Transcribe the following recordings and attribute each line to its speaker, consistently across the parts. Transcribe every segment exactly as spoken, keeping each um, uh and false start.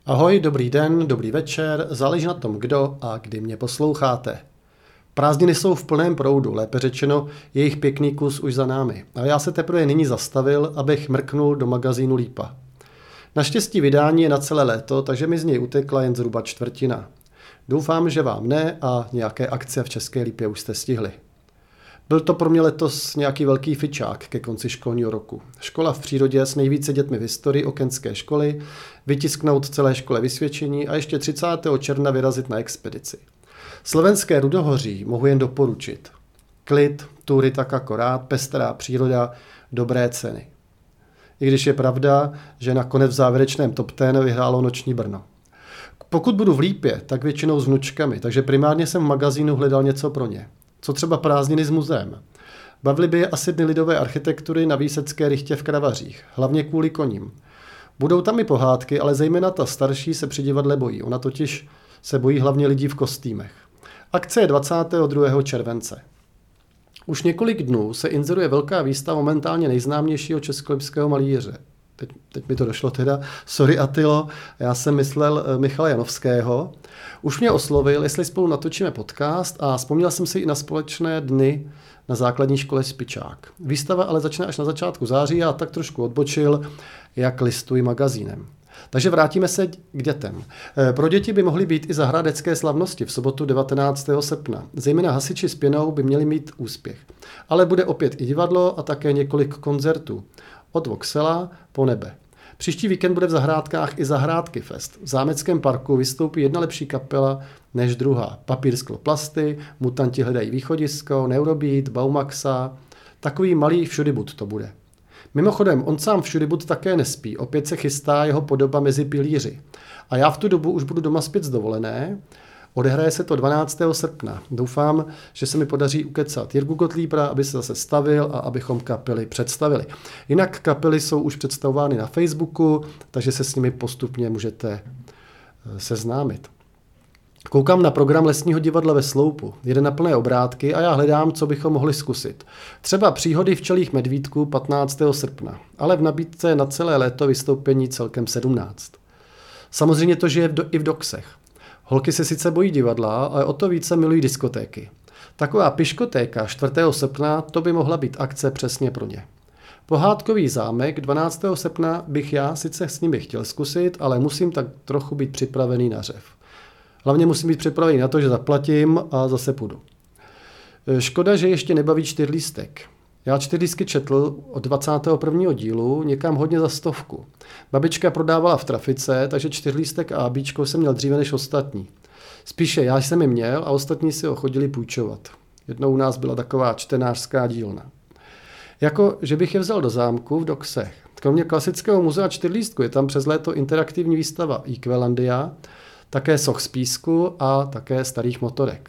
Speaker 1: Ahoj, dobrý den, dobrý večer, záleží na tom, kdo a kdy mě posloucháte. Prázdniny jsou v plném proudu, lépe řečeno, jejich pěkný kus už za námi. A já se teprve nyní zastavil, abych mrknul do magazínu Lípa. Naštěstí vydání je na celé léto, takže mi z něj utekla jen zhruba čtvrtina. Doufám, že vám ne a nějaké akce v České Lípě už jste stihli. Byl to pro mě letos nějaký velký fičák ke konci školního roku. Škola v přírodě s nejvíce dětmi v historii okenské školy, vytisknout celé škole vysvědčení a ještě třicátého června vyrazit na expedici. Slovenské Rudohoří mohu jen doporučit. Klid, tury tak akorát, pestrá příroda, dobré ceny. I když je pravda, že nakonec v závěrečném top deset vyhrálo Noční Brno. Pokud budu v Lípě, tak většinou s vnučkami, takže primárně jsem v magazínu hledal něco pro ně. Co třeba prázdniny s muzeem. Bavily by je asi dny lidové architektury na Výsecké rychtě v Kravařích, hlavně kvůli koním. Budou tam i pohádky, ale zejména ta starší se při divadle bojí. Ona totiž se bojí hlavně lidí v kostýmech. Akce je dvacátého druhého července. Už několik dnů se inzeruje velká výstava momentálně nejznámějšího českolipského malíře. Teď, teď mi to došlo teda, sorry Atilo, já jsem myslel Michala Janovského. Už mě oslovil, jestli spolu natočíme podcast a vzpomněl jsem si i na společné dny na základní škole Spičák. Výstava ale začne až na začátku září a tak trošku odbočil, jak listuji magazínem. Takže vrátíme se k dětem. Pro děti by mohly být i zahradecké slavnosti v sobotu devatenáctého srpna. Zejména Hasiči s pěnou by měli mít úspěch. Ale bude opět i divadlo a také několik koncertů. Od Voxela po nebe. Příští víkend bude v zahrádkách i Zahrádky Fest. V Zámeckém parku vystoupí jedna lepší kapela než druhá. Papír, sklo, plasty, Mutanti hledají východisko, Neurobeat, Baumaxa. Takový malý všudybud to bude. Mimochodem, on sám všudybud také nespí. Opět se chystá jeho podoba mezi pilíři. A já v tu dobu už budu doma zpět z dovolené. Odehraje se to dvanáctého srpna. Doufám, že se mi podaří ukecat Jirku Gottliebra, aby se zase stavil a abychom kapely představili. Jinak kapely jsou už představovány na Facebooku, takže se s nimi postupně můžete seznámit. Koukám na program Lesního divadla ve Sloupu. Jede na plné obrátky a já hledám, co bychom mohli zkusit. Třeba Příhody včelích medvídků patnáctého srpna, ale v nabídce na celé léto vystoupení celkem sedmnáct. Samozřejmě to žije i v Doxech. Holky se sice bojí divadla, ale o to více milují diskotéky. Taková piškotéka čtvrtého srpna, to by mohla být akce přesně pro ně. Pohádkový zámek dvanáctého srpna bych já sice s nimi chtěl zkusit, ale musím tak trochu být připravený na řev. Hlavně musím být připravený na to, že zaplatím a zase půjdu. Škoda, že ještě nebaví čtyřlístek. Já čtyřlístky četl od dvacátého prvního dílu někam hodně za stovku. Babička prodávala v trafice, takže čtyřlístek a abíčko jsem měl dříve než ostatní. Spíše já jsem ji měl a ostatní si ho chodili půjčovat. Jednou u nás byla taková čtenářská dílna. Jako, že bych je vzal do zámku v Doxech. Kromě klasického muzea čtyřlístku je tam přes léto interaktivní výstava Equelandia, také soch z písku a také starých motorek.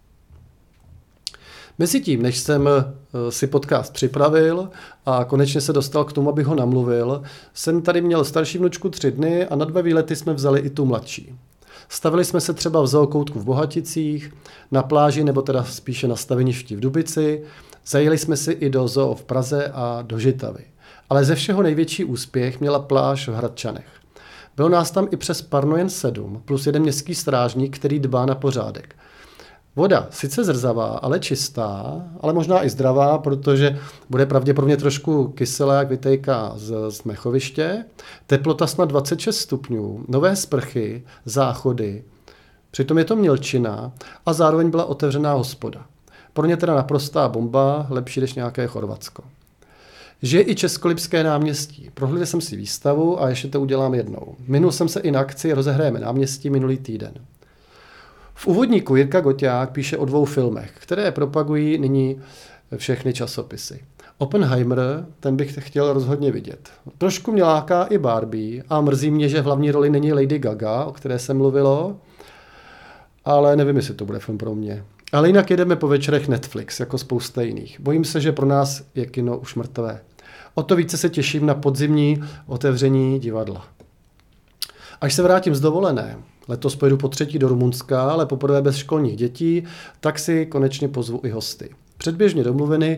Speaker 1: Mezitím, než jsem si podcast připravil a konečně se dostal k tomu, abych ho namluvil, jsem tady měl starší vnučku tři dny a na dva výlety jsme vzali i tu mladší. Stavili jsme se třeba v zookoutku v Bohaticích, na pláži nebo teda spíše na staveništi v Dubici, zajeli jsme si i do zoo v Praze a do Žitavy. Ale ze všeho největší úspěch měla pláž v Hradčanech. Bylo nás tam i přes parno jen sedm, plus jeden městský strážník, který dbá na pořádek. Voda sice zrzavá, ale čistá, ale možná i zdravá, protože bude pravděpodobně trošku kyselá, jak vytéká z, z mechoviště. Teplota snad dvacet šest stupňů, nové sprchy, záchody, přitom je to mělčina a zároveň byla otevřená hospoda. Pro ně teda naprostá bomba, lepší než nějaké Chorvatsko. Žije i Českolipské náměstí. Prohlédl jsem si výstavu a ještě to udělám jednou. Minul jsem se i na akci Rozehrajeme náměstí minulý týden. V úvodníku Jirka Goťák píše o dvou filmech, které propagují nyní všechny časopisy. Oppenheimer, ten bych chtěl rozhodně vidět. Trošku mě láká i Barbie a mrzí mě, že v hlavní roli není Lady Gaga, o které se mluvilo, ale nevím, jestli to bude film pro mě. Ale jinak jedeme po večerech Netflix, jako spousta jiných. Bojím se, že pro nás je kino už mrtvé. O to více se těším na podzimní otevření divadla. Až se vrátím z dovolené, letos pojedu po třetí do Rumunska, ale poprvé bez školních dětí, tak si konečně pozvu i hosty. Předběžně domluveny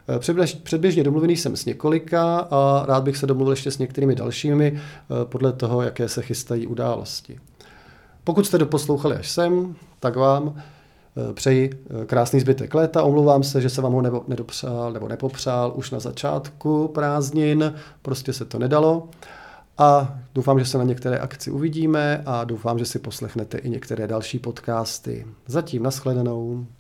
Speaker 1: Předběžně domluvený jsem s několika a rád bych se domluvil ještě s některými dalšími podle toho, jaké se chystají události. Pokud jste doposlouchali až sem, tak vám přeji krásný zbytek léta. Omlouvám se, že se vám ho nebo nedopřál nebo nepopřál už na začátku prázdnin, prostě se to nedalo. A doufám, že se na některé akci uvidíme a doufám, že si poslechnete i některé další podcasty. Zatím nashledanou.